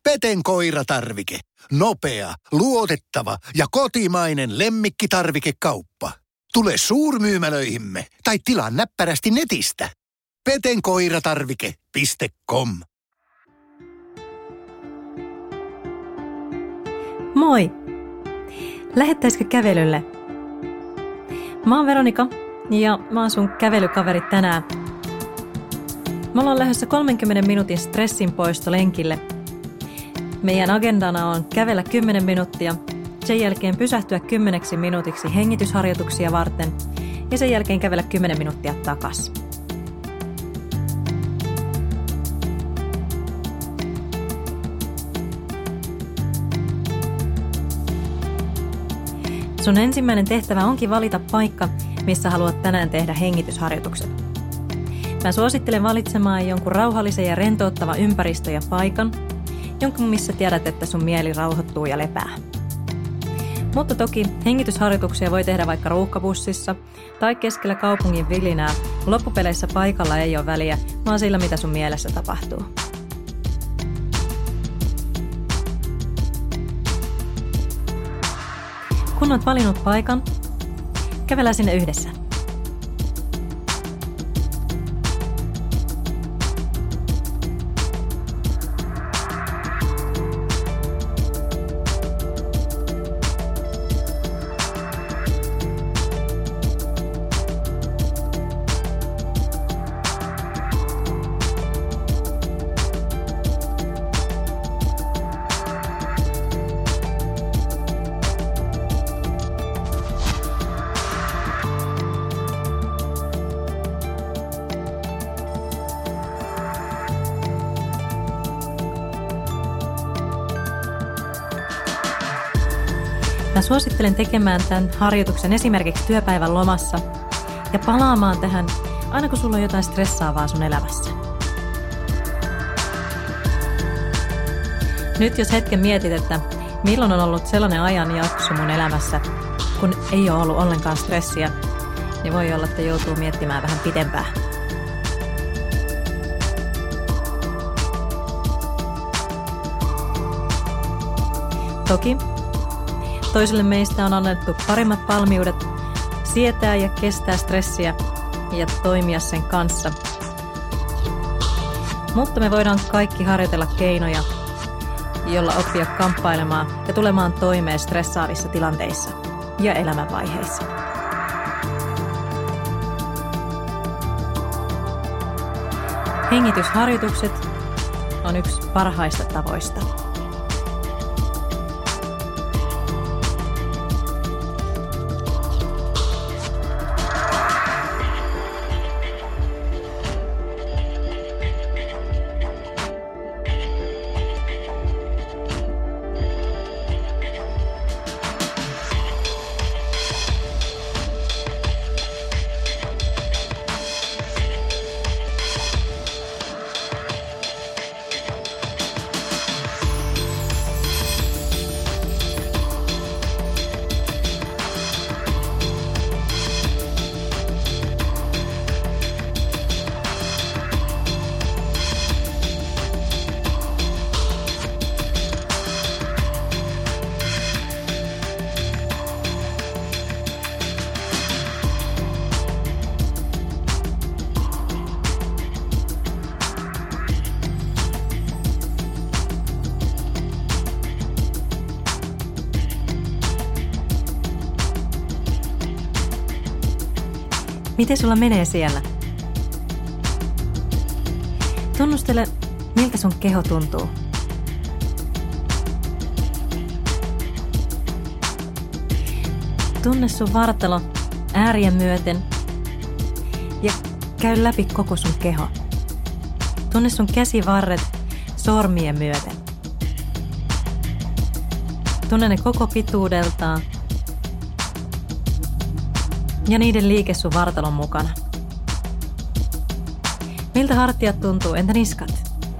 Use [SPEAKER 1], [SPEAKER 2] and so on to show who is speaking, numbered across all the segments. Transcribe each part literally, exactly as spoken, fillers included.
[SPEAKER 1] Peten koiratarvike. Nopea, luotettava ja kotimainen lemmikkitarvikekauppa. Tule suurmyymälöihimme tai tilaa näppärästi netistä. peten koiratarvike piste com.
[SPEAKER 2] Moi! Lähettäisikö kävelylle? Mä oon Veronika ja mä oon sun kävelykaveri tänään. Me ollaan lähdössä kolmenkymmenen minuutin stressinpoistolenkille. Meidän agendana on kävellä kymmenen minuuttia, sen jälkeen pysähtyä kymmeneksi minuutiksi hengitysharjoituksia varten ja sen jälkeen kävellä kymmenen minuuttia takas. Sun ensimmäinen tehtävä onkin valita paikka, missä haluat tänään tehdä hengitysharjoitukset. Mä suosittelen valitsemaan jonkun rauhallisen ja rentouttava ympäristö ja paikan, jonkun missä tiedät, että sun mieli rauhoittuu ja lepää. Mutta toki hengitysharjoituksia voi tehdä vaikka ruuhkabussissa tai keskellä kaupungin vilinää. Loppupeleissä paikalla ei ole väliä, vaan sillä mitä sun mielessä tapahtuu. Kun olet valinnut paikan, kävellään sinne yhdessä. Mä suosittelen tekemään tämän harjoituksen esimerkiksi työpäivän lomassa ja palaamaan tähän aina kun sulla on jotain stressaavaa sun elämässä. Nyt jos hetken mietit, että milloin on ollut sellainen ajanjakso mun elämässä, kun ei ole ollut ollenkaan stressiä, niin voi olla, että joutuu miettimään vähän pidempään. Toki toisille meistä on annettu paremmat valmiudet sietää ja kestää stressiä ja toimia sen kanssa. Mutta me voidaan kaikki harjoitella keinoja, jolla oppia kamppailemaan ja tulemaan toimeen stressaavissa tilanteissa ja elämänvaiheissa. Hengitysharjoitukset on yksi parhaista tavoista. Miten sulla menee siellä? Tunnustele, miltä sun keho tuntuu. Tunne sun vartalo äärien myöten ja käy läpi koko sun keho. Tunne sun käsivarret sormien myöten. Tunne ne koko pituudeltaan ja niiden liike sun vartalon mukana. Miltä hartiat tuntuu, entä niskat?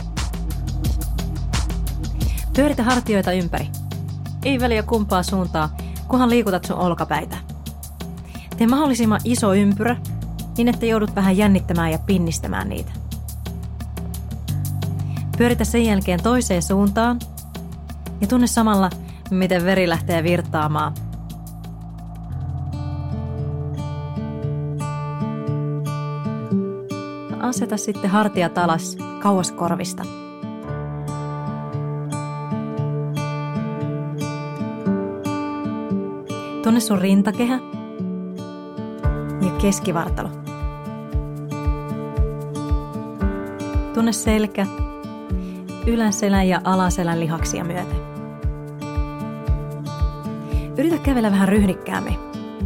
[SPEAKER 2] Pyöritä hartioita ympäri. Ei väliä kumpaa suuntaa, kunhan liikutat sun olkapäitä. Tee mahdollisimman iso ympyrä, niin että joudut vähän jännittämään ja pinnistämään niitä. Pyöritä sen jälkeen toiseen suuntaan Ja tunne samalla, miten veri lähtee virtaamaan. Aseta sitten hartiat alas kauas korvista. Tunne sun rintakehä ja keskivartalo. Tunne selkä, yläselän ja alaselän lihaksia myöten. Yritä kävellä vähän ryhdikkäämmin.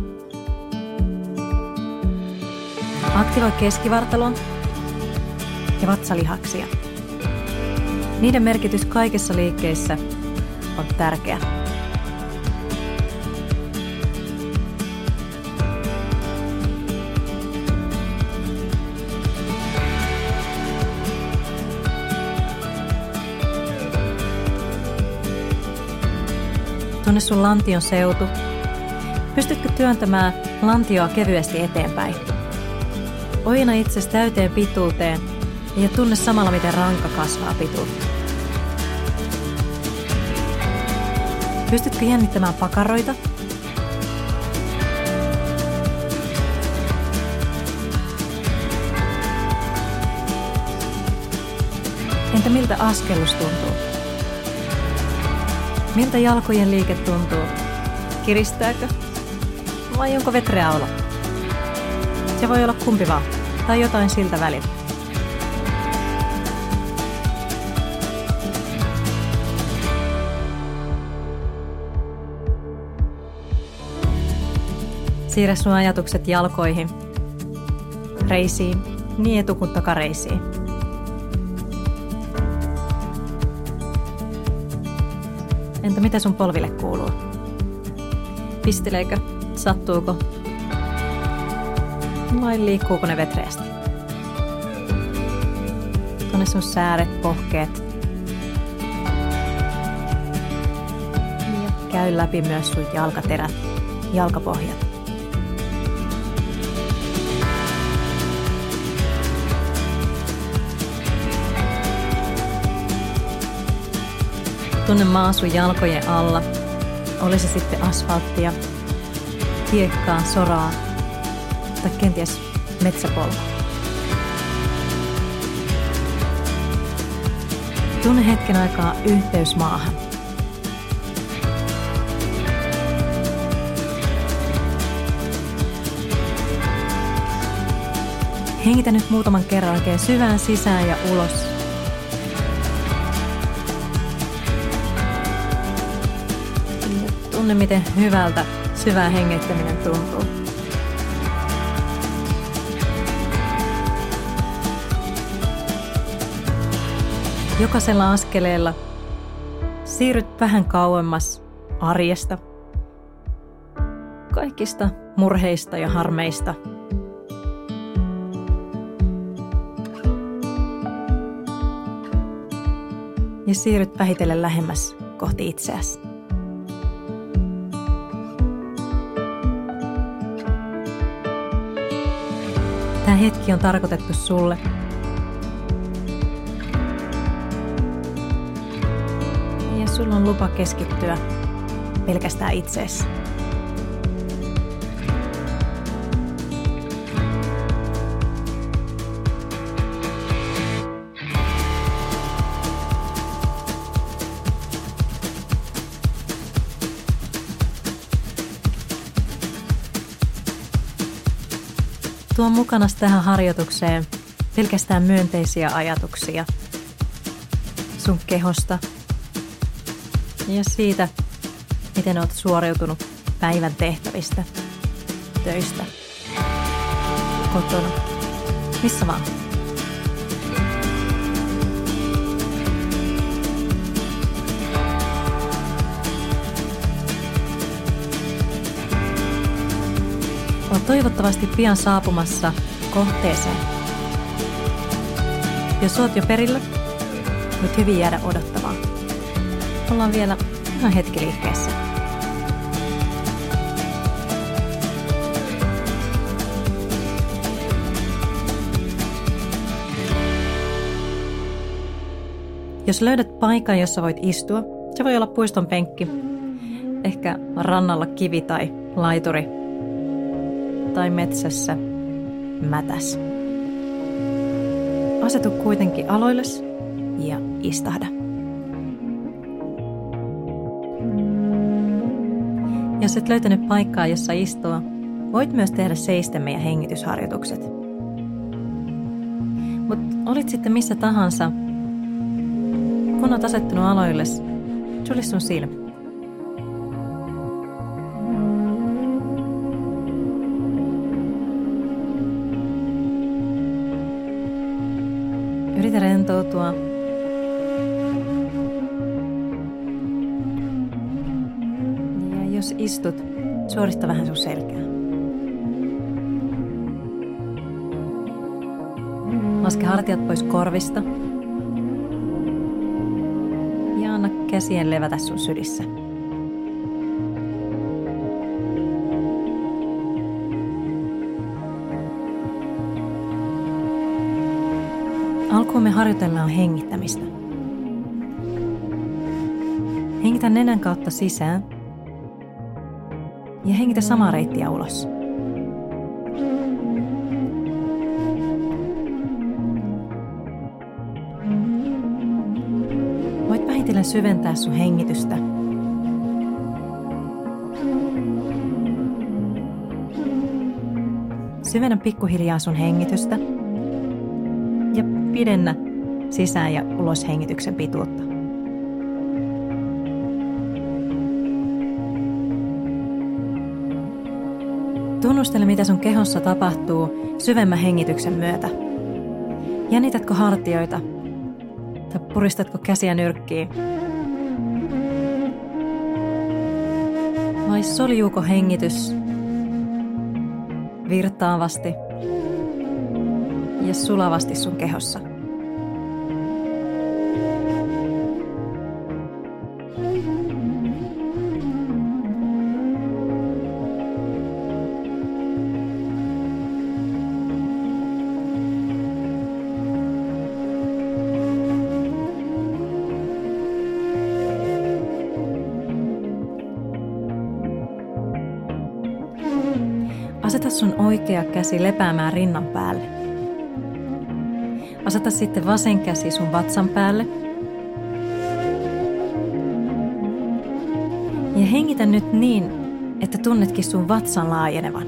[SPEAKER 2] Aktivoi keskivartalon ja vatsalihaksia. Niiden merkitys kaikissa liikkeissä on tärkeä. Tunne sun lantion seutu. Pystytkö työntämään lantioa kevyesti eteenpäin? Ojenna itsesi täyteen pituuteen ja tunne samalla, miten rankka kasvaa pituutta. Pystytkö jännittämään pakaroita? Entä miltä askellus tuntuu? Miltä jalkojen liike tuntuu? Kiristääkö? Vai onko vetreä olo? Se voi olla kumpi vaan, tai jotain siltä välillä. Siirrä sun ajatukset jalkoihin, reisiin, niin etu- kuin takareisiin. Entä mitä sun polville kuuluu? Pisteleekö? Sattuuko? Vai liikkuuko ne vetreästi? Tunne sun sääret, pohkeet. Ja käy läpi myös sun jalkaterät, jalkapohjat. Tunne maa sun jalkojen alla. Oli se sitten asfalttia, hiekkaa, soraa tai kenties metsäpolku. Tunne hetken aikaa yhteys maahan. Hengitä nyt muutaman kerran oikein syvään sisään ja ulos. Tunne, miten hyvältä syvä hengittäminen tuntuu. Jokaisella askeleella siirryt vähän kauemmas arjesta, kaikista murheista ja harmeista. Ja siirryt vähitellen lähemmäs kohti itseäsi. Tämä hetki on tarkoitettu sulle. Ja sulla on lupa keskittyä pelkästään itseesi. Tuo mukana tähän harjoitukseen pelkästään myönteisiä ajatuksia sun kehosta ja siitä, miten oot suoriutunut päivän tehtävistä, töistä, kotona, missä vaan. Olet toivottavasti pian saapumassa kohteeseen. Jos oot jo perillä, voit hyvin jäädä odottamaan. Ollaan vielä ihan hetki liikkeessä. Jos löydät paikan, jossa voit istua, Se voi olla puiston penkki, ehkä rannalla kivi tai laituri, tai metsässä mätäs. Asetu kuitenkin aloilles ja istahda. Jos et löytänyt paikkaa, jossa istua, voit myös tehdä seistemme ja hengitysharjoitukset. Mutta olit sitten missä tahansa, kun olet asettunut aloilles, sulje sun silmät. Yritä rentoutua. Ja jos istut, suorista vähän sun selkää. Laske hartiat pois korvista. Ja anna käsien levätä sun sylissä. Alkuun me harjoitellaan hengittämistä. Hengitä nenän kautta sisään ja hengitä samaa reittiä ulos. Voit vähitellen syventää sun hengitystä. Syvennä pikkuhiljaa sun hengitystä. Ja pidennä sisään ja ulos hengityksen pituutta. Tunnustele, mitä sun kehossa tapahtuu syvemmän hengityksen myötä. Jännitätkö hartioita? Tai puristatko käsiä nyrkkiin? Vai soljuuko hengitys virtaavasti ja sulavasti sun kehossa? Aseta sun oikea käsi lepäämään rinnan päälle. Aseta sitten vasen käsi sun vatsan päälle. Ja hengitä nyt niin, että tunnetkin sun vatsan laajenevan.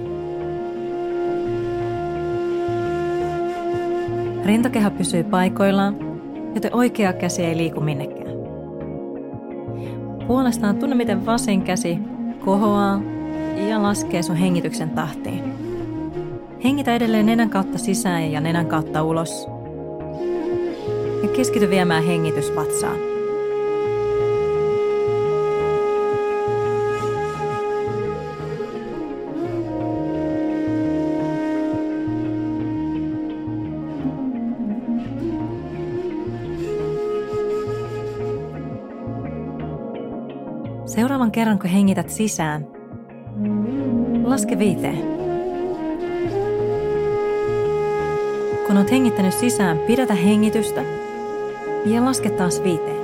[SPEAKER 2] Rintokehä pysyy paikoillaan, joten oikea käsi ei liiku minnekään. Puolestaan tunne, miten vasen käsi kohoaa ja laskee sun hengityksen tahtiin. Hengitä edelleen nenän kautta sisään ja nenän kautta ulos. Ja keskity viemään hengitys vatsaan. Seuraavan kerran, kun hengität sisään, laske viiteen. Kun olet hengittänyt sisään, pidätä hengitystä ja laske taas viiteen.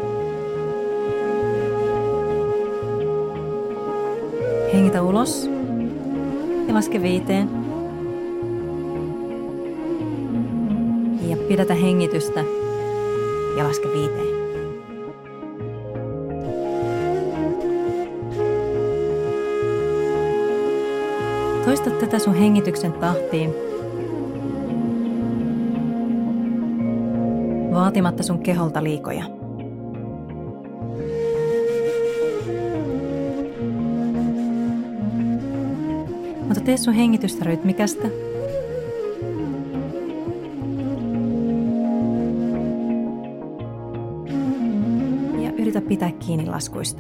[SPEAKER 2] Hengitä ulos ja laske viiteen. Ja pidätä hengitystä ja laske viiteen. Toista tätä sun hengityksen tahtiin, vaatimatta sun keholta liikoja. Mutta tee sun hengitystä rytmikästä. Ja yritä pitää kiinni laskuista.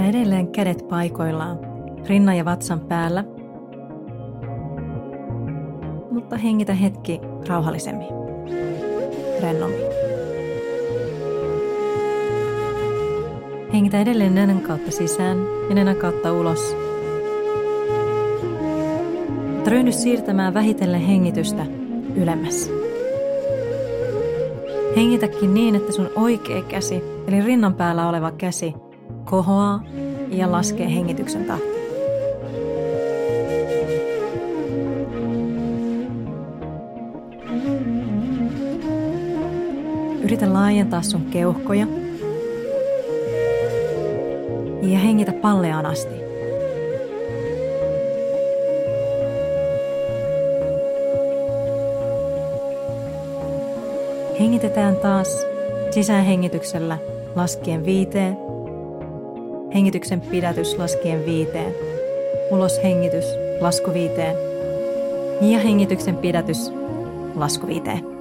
[SPEAKER 2] edelleen kädet paikoillaan, rinnan ja vatsan päällä, mutta hengitä hetki rauhallisemmin, rennommin. Hengitä edelleen nenän kautta sisään ja nenän kautta ulos. Mutta ryhdy siirtämään vähitellen hengitystä ylemmäs. Hengitäkin niin, että sun oikea käsi, eli rinnan päällä oleva käsi, kohoaa ja laskee hengityksen tahtia. Yritä laajentaa sun keuhkoja ja hengitä palleaan asti. Hengitetään taas sisäänhengityksellä laskien viiteen, hengityksen pidätys laskien viiteen, uloshengitys lasku viiteen ja hengityksen pidätys lasku viiteen.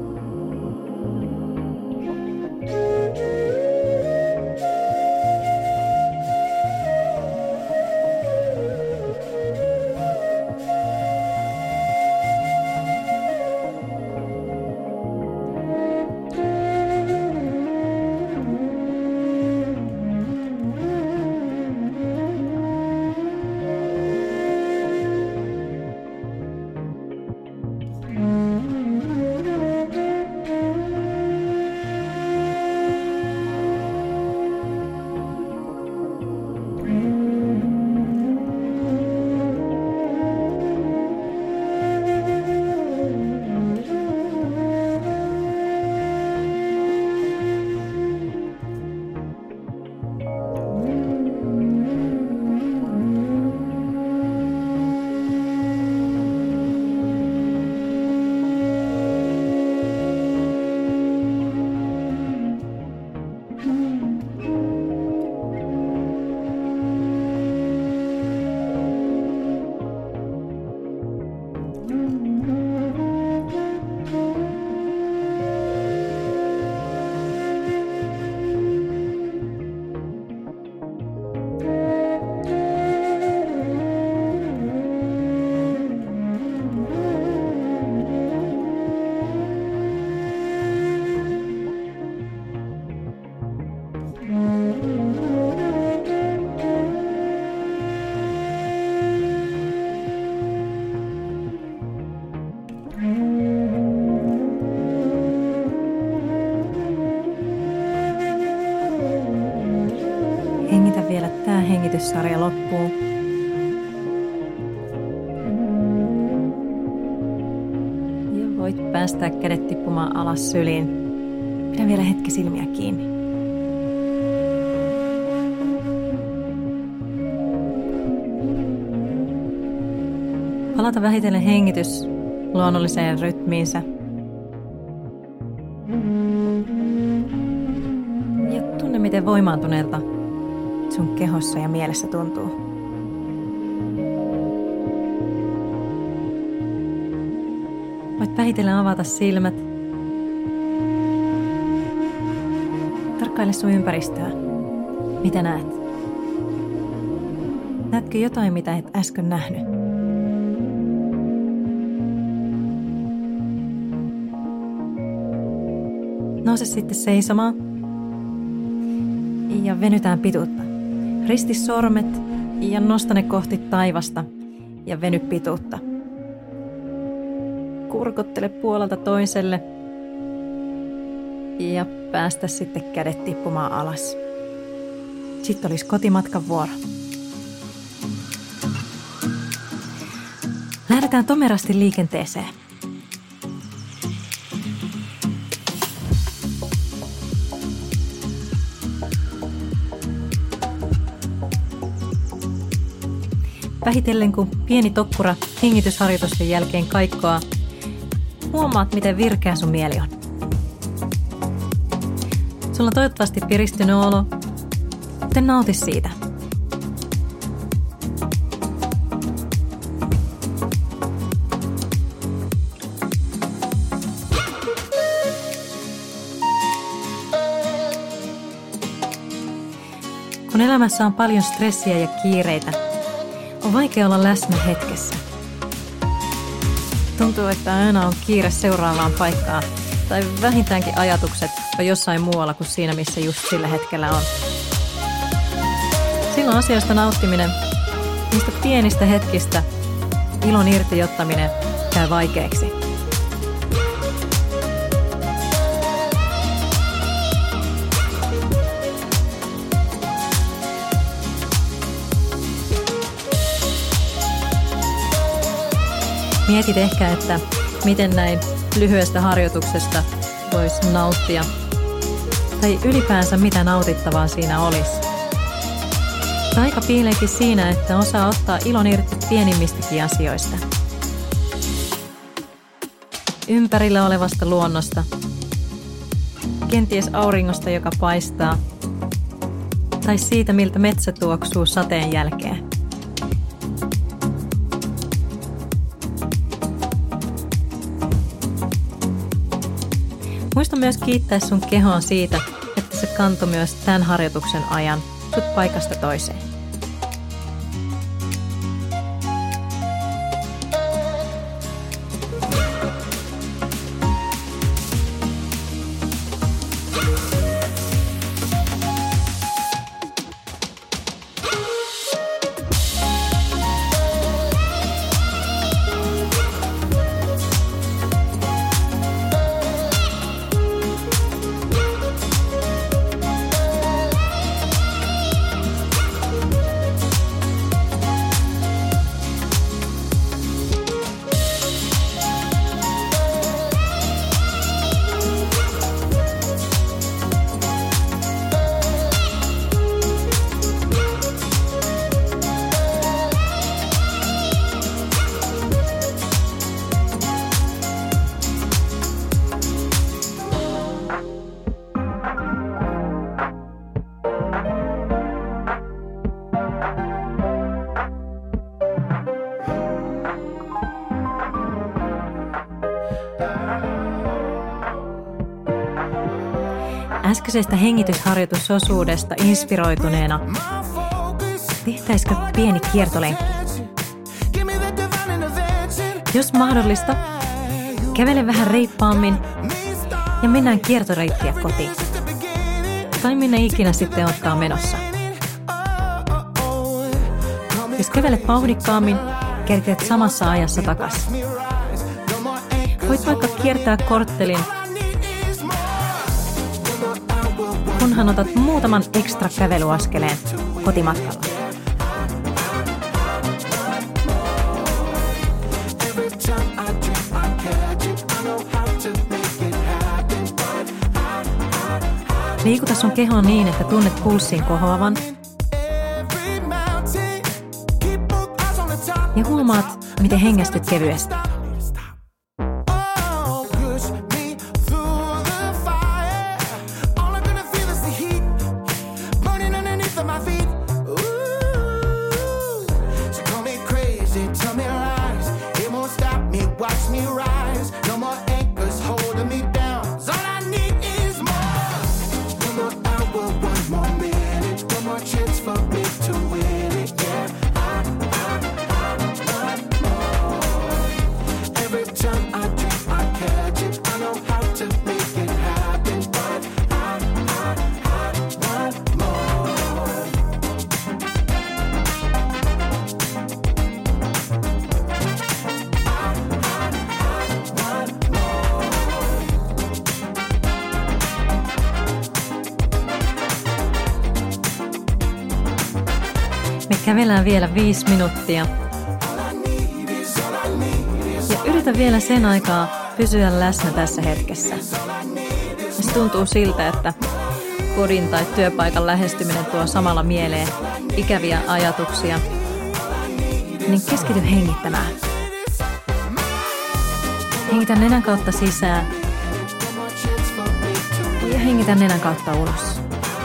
[SPEAKER 2] Hengitä vielä tää hengityssarja loppuun. Ja voit päästää kädet tippumaan alas syliin. Pidä vielä hetki silmiä kiinni. Palata vähitellen hengitys luonnolliseen rytmiinsä. Ja tunne, miten voimaantuneelta sun kehossa ja mielessä tuntuu. Voit vähitellen avata silmät. Tarkkaile sun ympäristöä. Mitä näet? Näetkö jotain, mitä et äsken nähnyt? Nouse sitten seisomaan ja venytään pituutta. Risti sormet ja nosta ne kohti taivasta ja veny pituutta. Kurkottele puolelta toiselle ja päästä sitten kädet tippumaan alas. Sitten olisi kotimatkan vuoro. Lähdetään tomerasti liikenteeseen. Vähitellen kun pieni tokkura hengitysharjoitusten jälkeen kaikkoaa, huomaat miten virkeä sun mieli on. Sulla on toivottavasti piristynyt olo, joten nauti siitä. Kun elämässä on paljon stressiä ja kiireitä, on vaikea olla läsnä hetkessä. Tuntuu, että aina on kiire seuraavaan paikkaan, tai vähintäänkin ajatukset on jossain muualla kuin siinä, missä just sillä hetkellä on. Silloin asioista nauttiminen, niistä pienistä hetkistä, ilon irtiottaminen käy vaikeaksi. Mietit ehkä, että miten näin lyhyestä harjoituksesta voisi nauttia, tai ylipäänsä mitä nautittavaa siinä olisi. Taika piileekin siinä, että osaa ottaa ilon irti pienimmistäkin asioista. Ympärillä olevasta luonnosta, kenties auringosta, joka paistaa, tai siitä, miltä metsä tuoksuu sateen jälkeen. Muista myös kiittää sun kehoa siitä, että se kantoi myös tämän harjoituksen ajan sut paikasta toiseen. Äskeisestä hengitysharjoitusosuudesta inspiroituneena tehtäisikö pieni kiertolenkki? Jos mahdollista, kävele vähän reippaammin ja mennään kiertoreittiä kotiin. Tai minne ikinä sitten ottaa menossa. Jos kävelet vauhdikkaammin, kerkeät samassa ajassa takaisin. Voit vaikka kiertää korttelin, kunhan otat muutaman ekstra kävelyaskeleen kotimatkalla. Liikuta sun kehoon niin, että tunnet pulssin kohoavan. Ja huomaat, miten hengästyt kevyesti. Me kävelään vielä viisi minuuttia. Ja yritä vielä sen aikaa pysyä läsnä tässä hetkessä. Jos tuntuu siltä, että kodin tai työpaikan lähestyminen tuo samalla mieleen ikäviä ajatuksia, niin keskity hengittämään. Hengitä nenän kautta sisään ja hengitä nenän kautta ulos.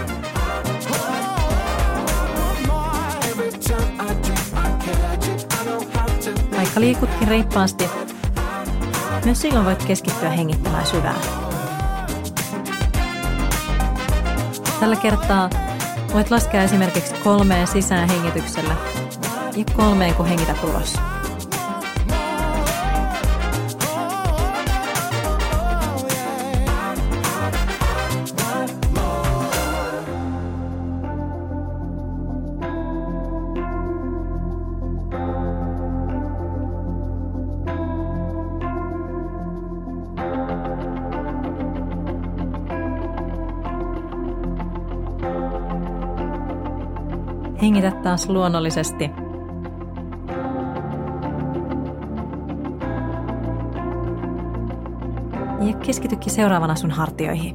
[SPEAKER 2] Vaikka liikutkin reippaasti, myös silloin voit keskittyä hengittämään syvään. Tällä kertaa Voit laskea esimerkiksi kolmeen sisään hengityksellä ja kolmeen kun hengität ulos. Hengitä taas luonnollisesti. Ja keskitykin seuraavana sun hartioihin.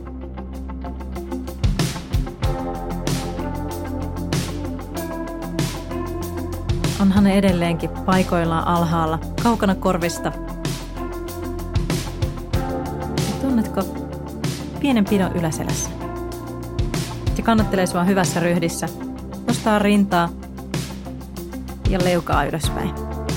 [SPEAKER 2] Onhan ne edelleenkin paikoillaan alhaalla, kaukana korvista. Tunnetko pienen pidon yläselässä? Se kannattelee sua hyvässä ryhdissä. Nostaa rintaa ja leukaa ylöspäin.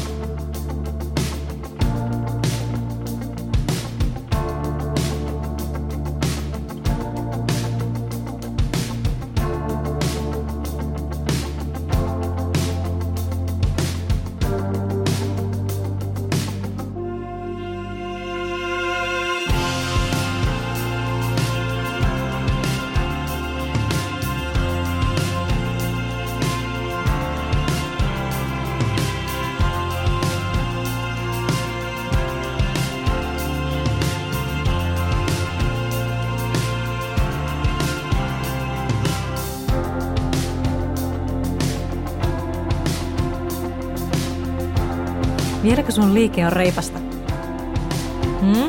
[SPEAKER 2] Vieläkö sun liike on reipasta? Hmm?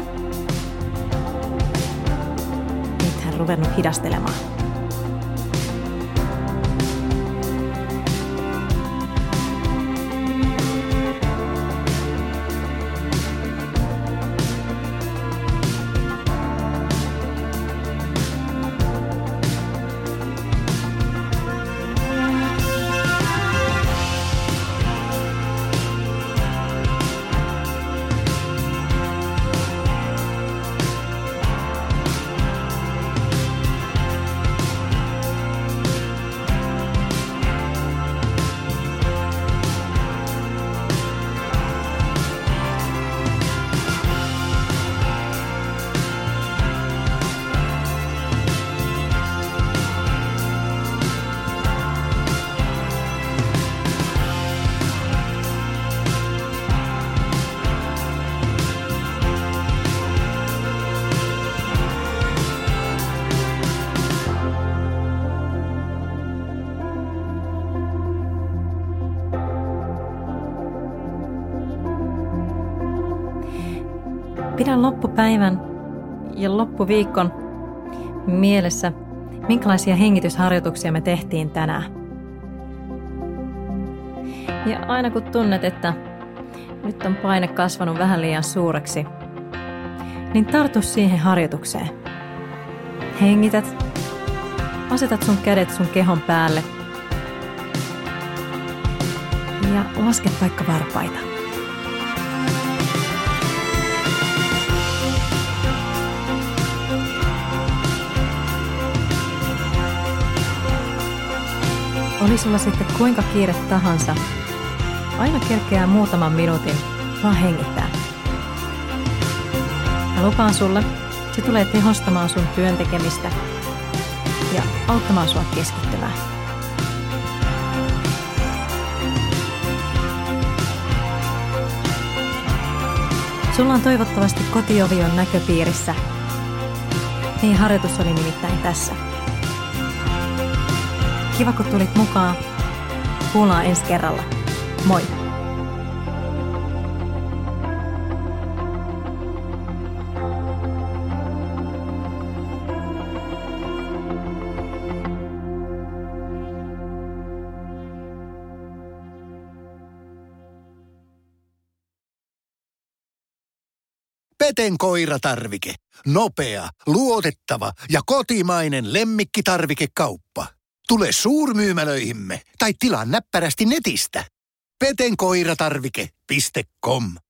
[SPEAKER 2] Nyt hän ruvennut hidastelemaan. Pidä loppupäivän ja loppuviikon mielessä, minkälaisia hengitysharjoituksia me tehtiin tänään. Ja aina kun tunnet, että nyt on paine kasvanut vähän liian suureksi, niin tartu siihen harjoitukseen. Hengität, asetat sun kädet sun kehon päälle ja lasket vaikka varpaita. Oli sulla sitten kuinka kiire tahansa, aina kerkeää muutaman minuutin, vaan hengittää. Ja lupaan sulle, se tulee tehostamaan sun työn tekemistä ja auttamaan sua keskittymään. Sulla on toivottavasti kotiovi on näköpiirissä. Meidän harjoitus oli nimittäin tässä. Kiva, kun tulit mukaan. Kuullaan ensi kerralla. Moi!
[SPEAKER 1] Peten koiratarvike. Nopea, luotettava ja kotimainen lemmikkitarvikekauppa. Tule suurmyymälöihimme tai tilaa näppärästi netistä. peten koiratarvike piste com